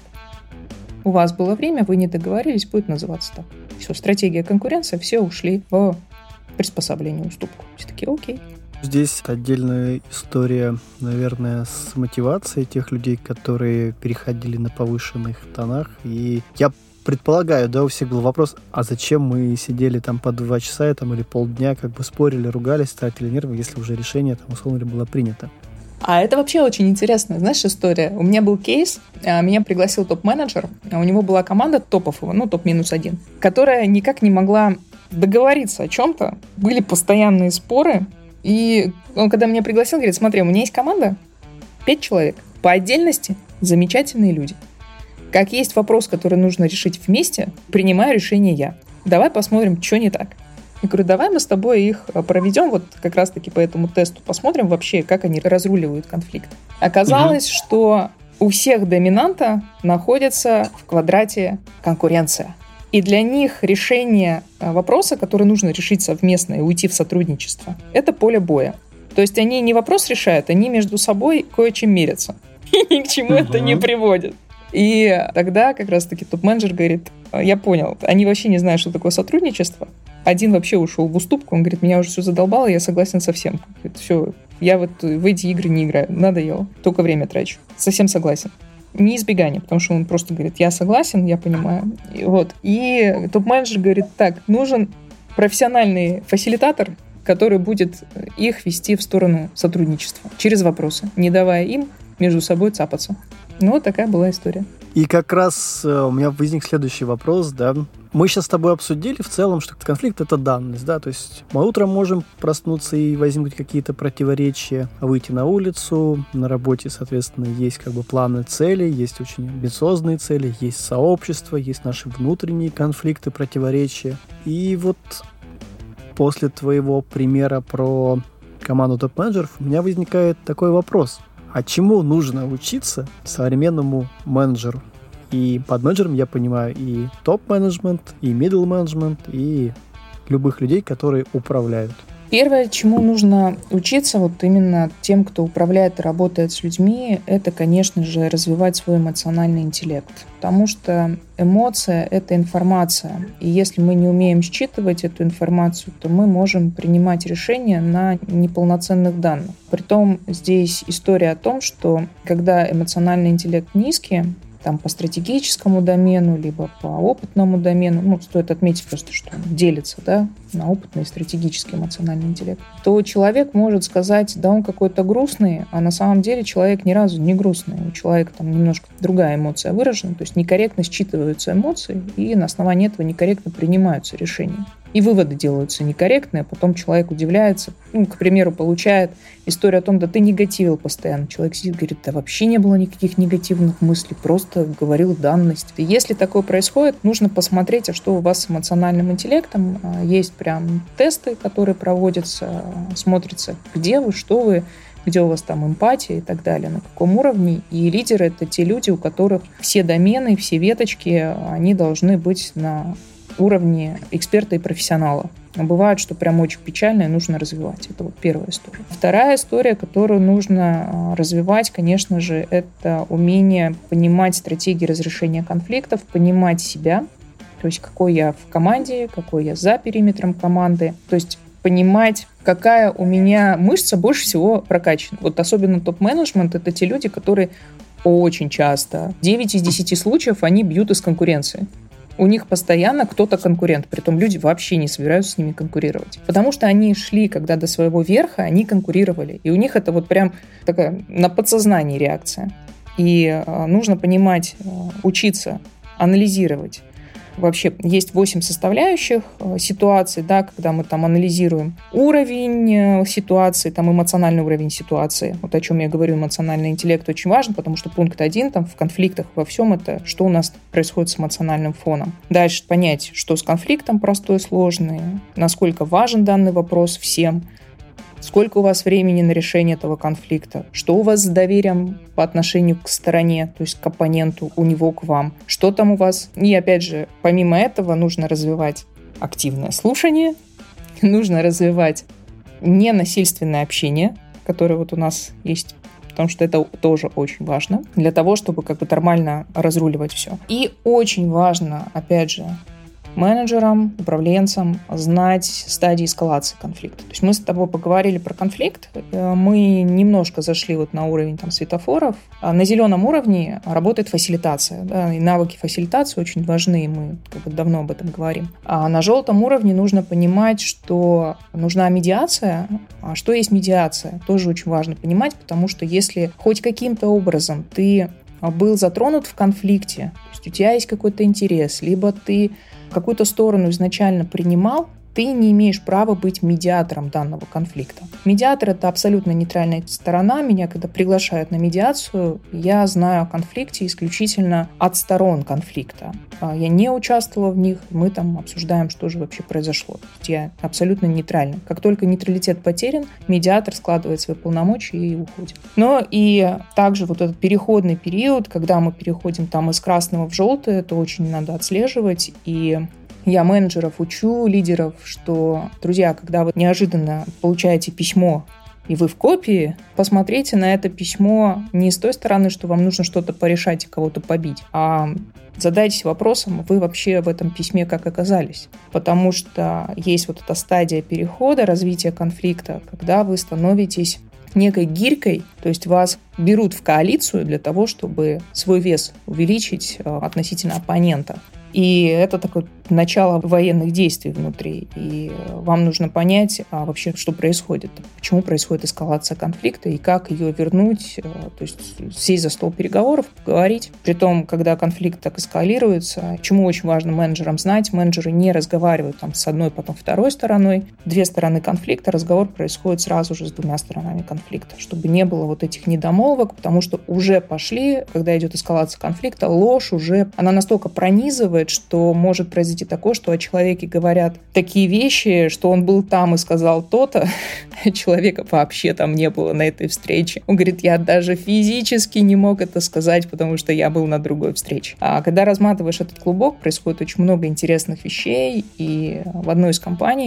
S2: У вас было время, вы не договорились, будет называться так. Все, стратегия конкуренции, все ушли в приспособление, уступку. Все такие: окей.
S1: Здесь отдельная история, наверное, с мотивацией тех людей, которые переходили на повышенных тонах. И я предполагаю, да, у всех был вопрос: а зачем мы сидели там по 2 часа там, или полдня, как бы спорили, ругались, тратили нервы, если уже решение там, условно, было принято?
S2: А это вообще очень интересная, знаешь, история. У меня был кейс, меня пригласил топ-менеджер, у него была команда топов его, топ-1, которая никак не могла договориться о чем-то. Были постоянные споры, и он, когда меня пригласил, говорит: смотри, у меня есть команда, 5 человек, по отдельности замечательные люди. Как есть вопрос, который нужно решить вместе, принимаю решение я. Давай посмотрим, что не так. Я говорю: давай мы с тобой их проведем, вот как раз-таки по этому тесту, посмотрим вообще, как они разруливают конфликт. Оказалось, что у всех доминанта находится в квадрате конкуренция. И для них решение вопроса, который нужно решить совместно и уйти в сотрудничество, это поле боя. То есть они не вопрос решают, они между собой кое-чем мерятся. И ни к чему это не приводит. И тогда как раз-таки топ-менеджер говорит: я понял, они вообще не знают, что такое сотрудничество. Один вообще ушел в уступку, он говорит: меня уже все задолбало, я согласен со всем. Говорит: все, я вот в эти игры не играю, надоело, только время трачу. Совсем согласен. Не избегание, потому что он просто говорит: я согласен, я понимаю. И топ-менеджер говорит: так, нужен профессиональный фасилитатор, который будет их вести в сторону сотрудничества через вопросы, не давая им между собой цапаться. Вот такая была история.
S1: И как раз у меня возник следующий вопрос, да. Мы сейчас с тобой обсудили в целом, что конфликт — это данность, да, то есть мы утром можем проснуться и возникнуть какие-то противоречия, выйти на улицу, на работе, соответственно, есть как бы планы, цели, есть очень амбициозные цели, есть сообщество, есть наши внутренние конфликты, противоречия. И вот после твоего примера про команду топ-менеджеров у меня возникает такой вопрос: а чему нужно учиться современному менеджеру? И под менеджером я понимаю и топ-менеджмент, и middle-менеджмент, и любых людей, которые управляют.
S2: Первое, чему нужно учиться вот именно тем, кто управляет и работает с людьми, это, конечно же, развивать свой эмоциональный интеллект. Потому что эмоция – это информация. И если мы не умеем считывать эту информацию, то мы можем принимать решения на неполноценных данных. Притом здесь история о том, что когда эмоциональный интеллект низкий, там по стратегическому домену, либо по опытному домену, стоит отметить просто, что он делится, на опытный и стратегический эмоциональный интеллект, то человек может сказать, да, он какой-то грустный, а на самом деле человек ни разу не грустный. У человека там немножко другая эмоция выражена, то есть некорректно считываются эмоции, и на основании этого некорректно принимаются решения. И выводы делаются некорректные, а потом человек удивляется, к примеру, получает историю о том, да ты негативил постоянно. Человек сидит и говорит, да вообще не было никаких негативных мыслей, просто говорил данность. И если такое происходит, нужно посмотреть, а что у вас с эмоциональным интеллектом. Есть прям тесты, которые проводятся, смотрится, где вы, что вы, где у вас там эмпатия и так далее, на каком уровне. И лидеры — это те люди, у которых все домены, все веточки, они должны быть на уровне эксперта и профессионала. Бывает, что прям очень печально и нужно развивать. Это вот первая история. Вторая история, которую нужно развивать, конечно же, это умение понимать стратегии разрешения конфликтов, понимать себя, то есть какой я в команде, какой я за периметром команды, то есть понимать, какая у меня мышца больше всего прокачана. Вот особенно топ-менеджмент — это те люди, которые очень часто, 9 из 10 случаев, они бьют из конкуренции. У них постоянно кто-то конкурент, притом люди вообще не собираются с ними конкурировать. Потому что они шли, когда до своего верха, они конкурировали. И у них это вот прям такая на подсознании реакция. И нужно понимать, учиться, анализировать. Вообще есть 8 составляющих ситуации, когда мы там анализируем уровень ситуации, там эмоциональный уровень ситуации. Вот о чем я говорю, эмоциональный интеллект очень важен, потому что пункт 1 там в конфликтах во всем это, что у нас происходит с эмоциональным фоном. Дальше понять, что с конфликтом простой, сложный, насколько важен данный вопрос всем, сколько у вас времени на решение этого конфликта, что у вас с доверием по отношению к стороне, то есть к оппоненту, у него к вам, что там у вас. И опять же, помимо этого нужно развивать активное слушание, нужно развивать ненасильственное общение, которое вот у нас есть, потому что это тоже очень важно для того, чтобы нормально разруливать все. И очень важно, опять же, менеджерам, управленцам знать стадии эскалации конфликта. То есть мы с тобой поговорили про конфликт, мы немножко зашли на уровень светофоров. На зеленом уровне работает фасилитация, и навыки фасилитации очень важны, мы давно об этом говорим. А на желтом уровне нужно понимать, что нужна медиация. А что есть медиация? Тоже очень важно понимать, потому что если хоть каким-то образом ты был затронут в конфликте, то есть у тебя есть какой-то интерес, либо ты какую-то сторону изначально принимал, ты не имеешь права быть медиатором данного конфликта. Медиатор — это абсолютно нейтральная сторона. Меня, когда приглашают на медиацию, я знаю о конфликте исключительно от сторон конфликта. Я не участвовала в них, мы там обсуждаем, что же вообще произошло. Я абсолютно нейтральна. Как только нейтралитет потерян, медиатор складывает свои полномочия и уходит. Но и также вот этот переходный период, когда мы переходим из красного в желтое, это очень надо отслеживать. И я менеджеров учу, лидеров, что, друзья, когда вы неожиданно получаете письмо, и вы в копии, посмотрите на это письмо не с той стороны, что вам нужно что-то порешать и кого-то побить, а задайтесь вопросом, вы вообще в этом письме как оказались. Потому что есть вот эта стадия перехода, развития конфликта, когда вы становитесь некой гирькой, то есть вас берут в коалицию для того, чтобы свой вес увеличить относительно оппонента. И это такое начало военных действий внутри. И вам нужно понять вообще, что происходит, почему происходит эскалация конфликта и как ее вернуть, то есть сесть за стол переговоров, поговорить. Притом, когда конфликт так эскалируется, чему очень важно менеджерам знать, менеджеры не разговаривают с одной, потом второй стороной. 2 стороны конфликта, разговор происходит сразу же с 2 сторонами конфликта, чтобы не было вот этих недомолвок, потому что уже пошли, когда идет эскалация конфликта, ложь уже, она настолько пронизывает, что может произойти такое, что о человеке говорят такие вещи, что он был там и сказал то-то, а человека вообще там не было на этой встрече. Он говорит, я даже физически не мог это сказать, потому что я был на другой встрече. А когда разматываешь этот клубок, происходит очень много интересных вещей, и в одной из компаний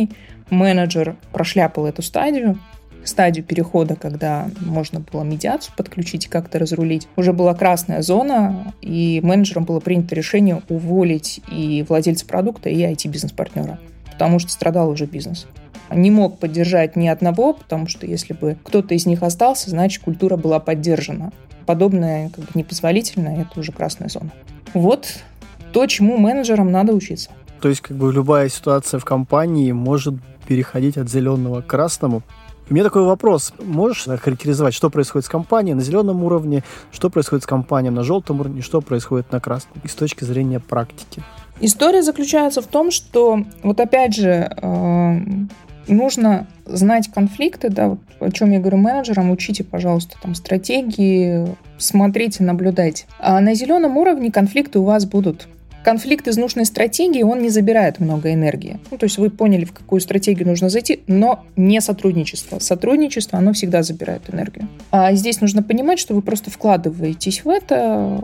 S2: менеджер прошляпал эту стадию перехода, когда можно было медиацию подключить и как-то разрулить, уже была красная зона, и менеджером было принято решение уволить и владельца продукта, и IT-бизнес-партнера, потому что страдал уже бизнес. Не мог поддержать ни одного, потому что если бы кто-то из них остался, значит, культура была поддержана. Подобное непозволительно, это уже красная зона. Вот то, чему менеджерам надо учиться.
S1: То есть любая ситуация в компании может переходить от зеленого к красному. У меня такой вопрос. Можешь охарактеризовать, что происходит с компанией на зеленом уровне, что происходит с компанией на желтом уровне, что происходит на красном, и с точки зрения практики?
S2: История заключается в том, что, опять же, нужно знать конфликты, о чем я говорю менеджерам, учите, пожалуйста, стратегии, смотрите, наблюдайте. А на зеленом уровне конфликты у вас будут. Конфликт из нужной стратегии, он не забирает много энергии. То есть вы поняли, в какую стратегию нужно зайти, но не сотрудничество. Сотрудничество, оно всегда забирает энергию. А здесь нужно понимать, что вы просто вкладываетесь в это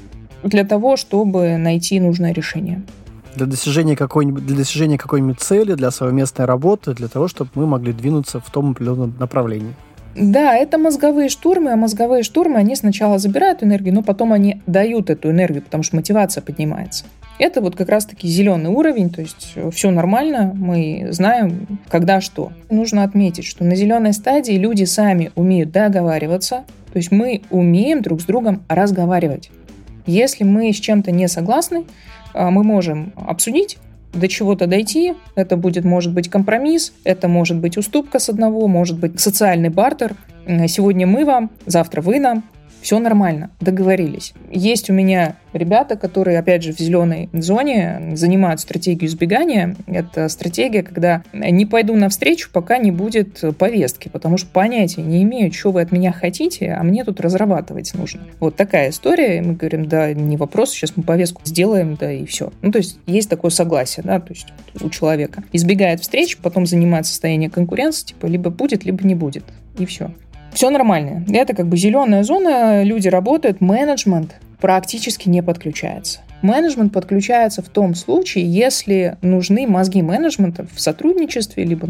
S2: для того, чтобы найти нужное решение.
S1: Для достижения какой-нибудь цели, для совместной работы, для того, чтобы мы могли двинуться в том определенном направлении.
S2: Да, это мозговые штурмы, а мозговые штурмы, они сначала забирают энергию, но потом они дают эту энергию, потому что мотивация поднимается. Это как раз-таки зеленый уровень, то есть все нормально, мы знаем, когда что. Нужно отметить, что на зеленой стадии люди сами умеют договариваться, то есть мы умеем друг с другом разговаривать. Если мы с чем-то не согласны, мы можем обсудить, до чего-то дойти. Это может быть компромисс, это может быть уступка с одного, может быть социальный бартер. Сегодня мы вам, завтра вы нам. Все нормально, договорились. Есть у меня ребята, которые, опять же, в зеленой зоне занимают стратегию избегания. Это стратегия, когда не пойду навстречу, пока не будет повестки, потому что понятия не имею, что вы от меня хотите, а мне тут разрабатывать нужно. Вот такая история. И мы говорим, да, не вопрос, сейчас мы повестку сделаем, да, и все. То есть такое согласие, да, то есть у человека. Избегает встреч, потом занимает состояние конкуренции, либо будет, либо не будет, и все. Все нормально. Это зеленая зона, люди работают, менеджмент практически не подключается. Менеджмент подключается в том случае, если нужны мозги менеджмента в сотрудничестве, либо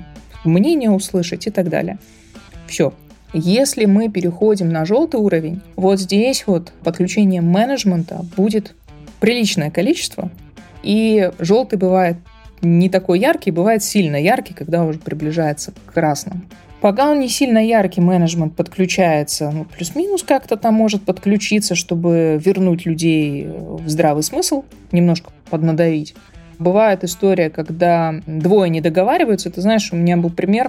S2: мнение услышать и так далее. Все. Если мы переходим на желтый уровень, здесь подключение менеджмента будет приличное количество, и желтый бывает не такой яркий, бывает сильно яркий, когда уже приближается к красному. Пока он не сильно яркий, менеджмент подключается, плюс-минус как-то там может подключиться, чтобы вернуть людей в здравый смысл, немножко поднадавить. Бывает история, когда двое не договариваются. Ты знаешь, у меня был пример,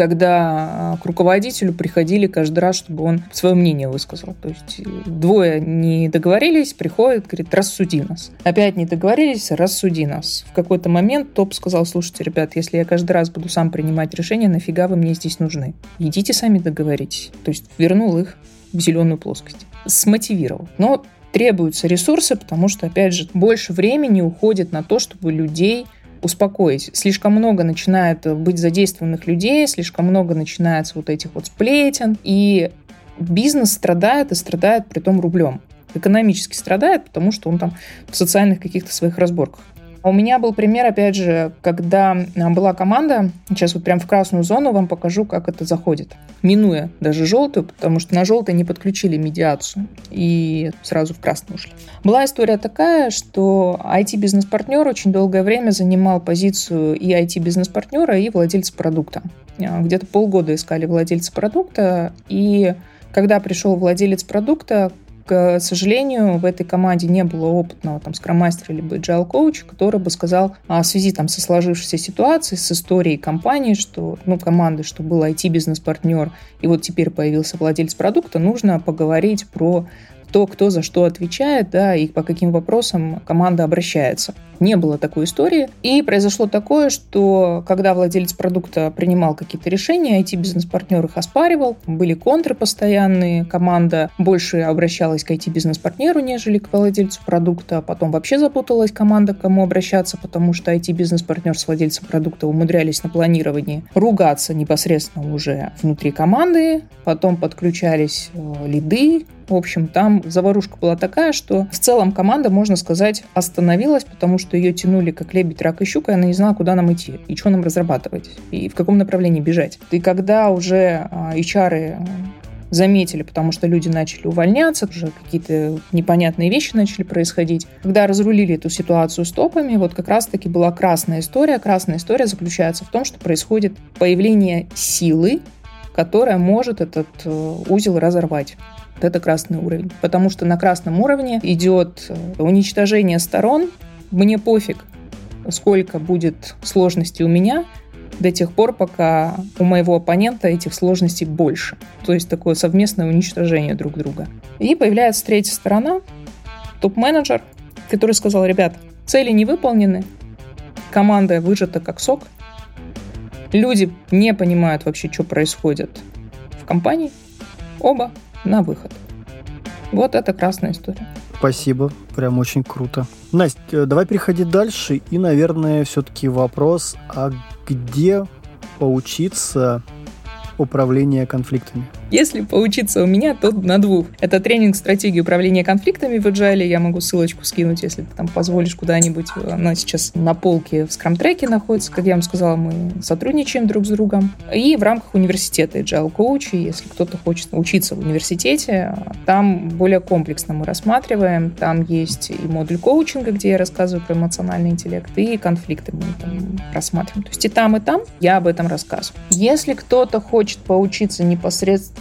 S2: когда к руководителю приходили каждый раз, чтобы он свое мнение высказал. То есть двое не договорились, приходит, говорит, рассуди нас. Опять не договорились, рассуди нас. В какой-то момент топ сказал, слушайте, ребят, если я каждый раз буду сам принимать решения, нафига вы мне здесь нужны? Идите сами договоритесь. То есть вернул их в зеленую плоскость. Смотивировал. Но требуются ресурсы, потому что, опять же, больше времени уходит на то, чтобы людей успокоить. Слишком много начинает быть задействованных людей, слишком много начинается этих сплетен, и бизнес страдает, и страдает притом рублем. Экономически страдает, потому что он в социальных каких-то своих разборках. У меня был пример, опять же, когда была команда, сейчас прям в красную зону вам покажу, как это заходит, минуя даже желтую, потому что на желтой не подключили медиацию и сразу в красную ушли. Была история такая, что IT-бизнес-партнер очень долгое время занимал позицию и IT-бизнес-партнера, и владельца продукта. Где-то полгода искали владельца продукта, и когда пришел владелец продукта, к сожалению, в этой команде не было опытного скрам-мастера либо agile-коуча, который бы сказал в связи со сложившейся ситуацией, с историей компании, что команды, что был IT-бизнес-партнер, и теперь появился владелец продукта, нужно поговорить про то, кто за что отвечает, да, и по каким вопросам команда обращается. Не было такой истории. И произошло такое, что когда владелец продукта принимал какие-то решения, IT-бизнес-партнер их оспаривал, были контры постоянные, команда больше обращалась к IT-бизнес-партнеру, нежели к владельцу продукта, потом вообще запуталась команда, к кому обращаться, потому что IT-бизнес-партнер с владельцем продукта умудрялись на планировании ругаться непосредственно уже внутри команды, потом подключались лиды, В общем, там заварушка была такая, что в целом команда, можно сказать, остановилась, потому что ее тянули как лебедь, рак и щука, и она не знала, куда нам идти, и что нам разрабатывать, и в каком направлении бежать. И когда уже HR заметили, потому что люди начали увольняться, уже какие-то непонятные вещи начали происходить. Когда разрулили эту ситуацию с топами, вот как раз-таки была красная история. Красная история заключается в том, что происходит появление силы, которая может этот узел разорвать. Вот это красный уровень. Потому что на красном уровне идет уничтожение сторон. Мне пофиг, сколько будет сложностей у меня, до тех пор, пока у моего оппонента этих сложностей больше. То есть такое совместное уничтожение друг друга. И появляется третья сторона, топ-менеджер, который сказал: ребят, цели не выполнены, команда выжата как сок, люди не понимают вообще, что происходит в компании, оба на выход. Вот это красная история.
S1: Спасибо, прям очень круто. Настя, давай переходить дальше. И, наверное, все-таки вопрос, а где поучиться управлению конфликтами?
S2: Если поучиться у меня, то на двух. Это тренинг стратегии управления конфликтами в Agile. Я могу ссылочку скинуть, если ты там позволишь куда-нибудь. Она сейчас на полке в Scrum-треке находится. Как я вам сказала, мы сотрудничаем друг с другом. И в рамках университета Agile Coach, если кто-то хочет учиться в университете, там более комплексно мы рассматриваем. Там есть и модуль коучинга, где я рассказываю про эмоциональный интеллект, и конфликты мы там рассматриваем. То есть и там я об этом рассказываю. Если кто-то хочет поучиться непосредственно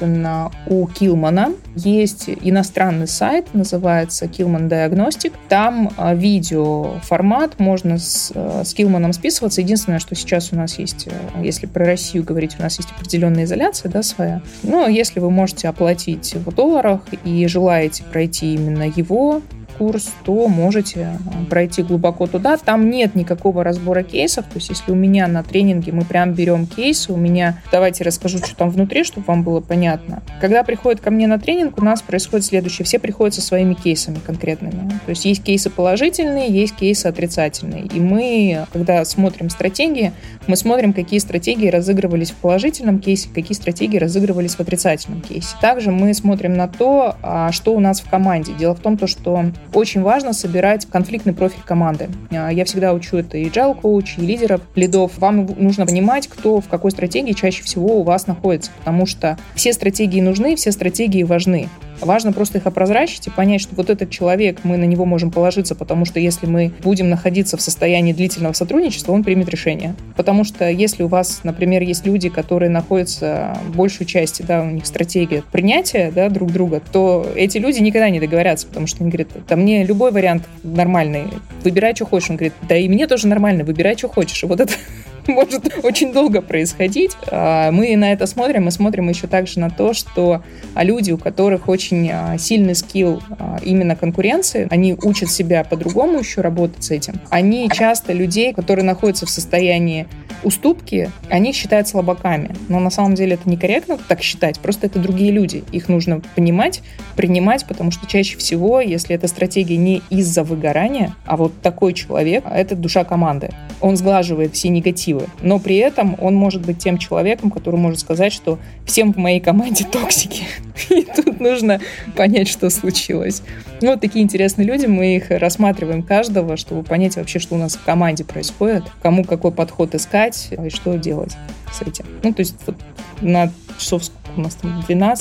S2: у Килмана, есть иностранный сайт, называется Килман Diagnostic. Там видеоформат, можно с Килманом списываться. Единственное, что сейчас у нас есть, если про Россию говорить, у нас есть определенная изоляция, да, своя. Но если вы можете оплатить в долларах и желаете пройти именно его курс, то можете пройти глубоко туда. Там нет никакого разбора кейсов. То есть, если у меня на тренинге мы прям берем кейсы, давайте расскажу, что там внутри, чтобы вам было понятно. Когда приходят ко мне на тренинг, у нас происходит следующее. Все приходят со своими кейсами конкретными. То есть, есть кейсы положительные, есть кейсы отрицательные. И мы, когда смотрим стратегии, мы смотрим, какие стратегии разыгрывались в положительном кейсе, какие стратегии разыгрывались в отрицательном кейсе. Также мы смотрим на то, что у нас в команде. Дело в том, что очень важно собирать конфликтный профиль команды. Я всегда учу это и agile коуч, и лидеров, лидов. Вам нужно понимать, кто в какой стратегии чаще всего у вас находится, потому что все стратегии нужны, все стратегии важны. Важно просто их опрозрачить и понять, что вот этот человек, мы на него можем положиться, потому что если мы будем находиться в состоянии длительного сотрудничества, он примет решение. Потому что если у вас, например, есть люди, которые находятся в большей части, да, у них стратегия принятия, да, друг друга, то эти люди никогда не договорятся, потому что они говорят: да мне любой вариант нормальный, выбирай, что хочешь. Он говорит: да и мне тоже нормально, выбирай, что хочешь. И вот это может очень долго происходить. Мы на это смотрим, мы смотрим еще также на то, что люди, у которых очень сильный скилл именно конкуренции, они учат себя по-другому еще работать с этим. Они часто людей, которые находятся в состоянии уступки, они считают слабаками. Но на самом деле это некорректно так считать, просто это другие люди. Их нужно понимать, принимать, потому что чаще всего, если эта стратегия не из-за выгорания, а вот такой человек, это душа команды. Он сглаживает все негативы, но при этом он может быть тем человеком, который может сказать, что всем в моей команде токсики. И тут нужно понять, что случилось. Вот такие интересные люди, мы их рассматриваем каждого, чтобы понять вообще, что у нас в команде происходит, кому какой подход искать и что делать с этим. То есть вот на часов у нас там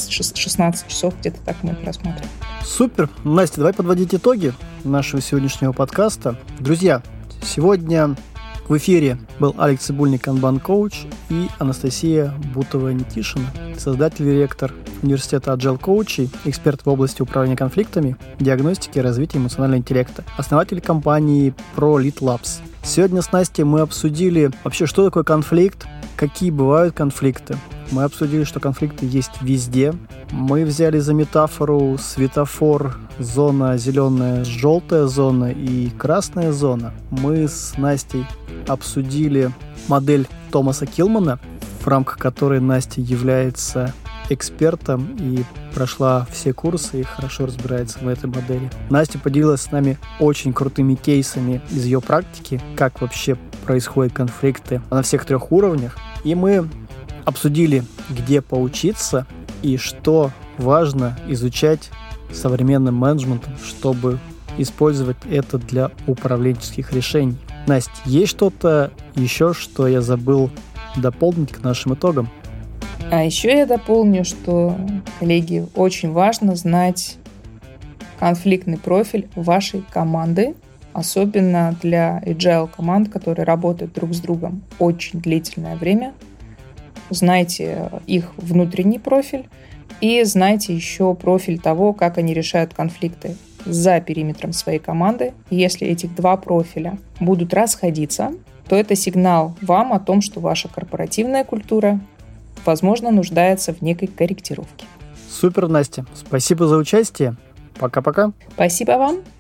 S2: 12-16 часов, где-то так мы это рассматриваем.
S1: Супер. Настя, давай подводить итоги нашего сегодняшнего подкаста. Друзья, сегодня в эфире был Алекс Цибульник, канбан-коуч, и Анастасия Бутова-Нетишина, создатель и ректор университета Agile Coach, эксперт в области управления конфликтами, диагностики и развития эмоционального интеллекта, основатель компании ProLead Labs. Сегодня с Настей мы обсудили вообще, что такое конфликт, какие бывают конфликты. Мы обсудили, что конфликты есть везде. Мы взяли за метафору светофор, зона зеленая, желтая зона и красная зона. Мы с Настей обсудили модель Томаса Килмана, в рамках которой Настя является экспертом и прошла все курсы и хорошо разбирается в этой модели. Настя поделилась с нами очень крутыми кейсами из ее практики, как вообще происходят конфликты на всех 3 уровнях. И мы обсудили, где поучиться и что важно изучать современным менеджментом, чтобы использовать это для управленческих решений. Настя, есть что-то еще, что я забыл дополнить к нашим итогам?
S2: А еще я дополню, что, коллеги, очень важно знать конфликтный профиль вашей команды, особенно для agile команд, которые работают друг с другом очень длительное время. Знайте их внутренний профиль и знайте еще профиль того, как они решают конфликты за периметром своей команды. Если этих два профиля будут расходиться, то это сигнал вам о том, что ваша корпоративная культура, возможно, нуждается в некой корректировке.
S1: Супер, Настя. Спасибо за участие. Пока-пока.
S2: Спасибо вам.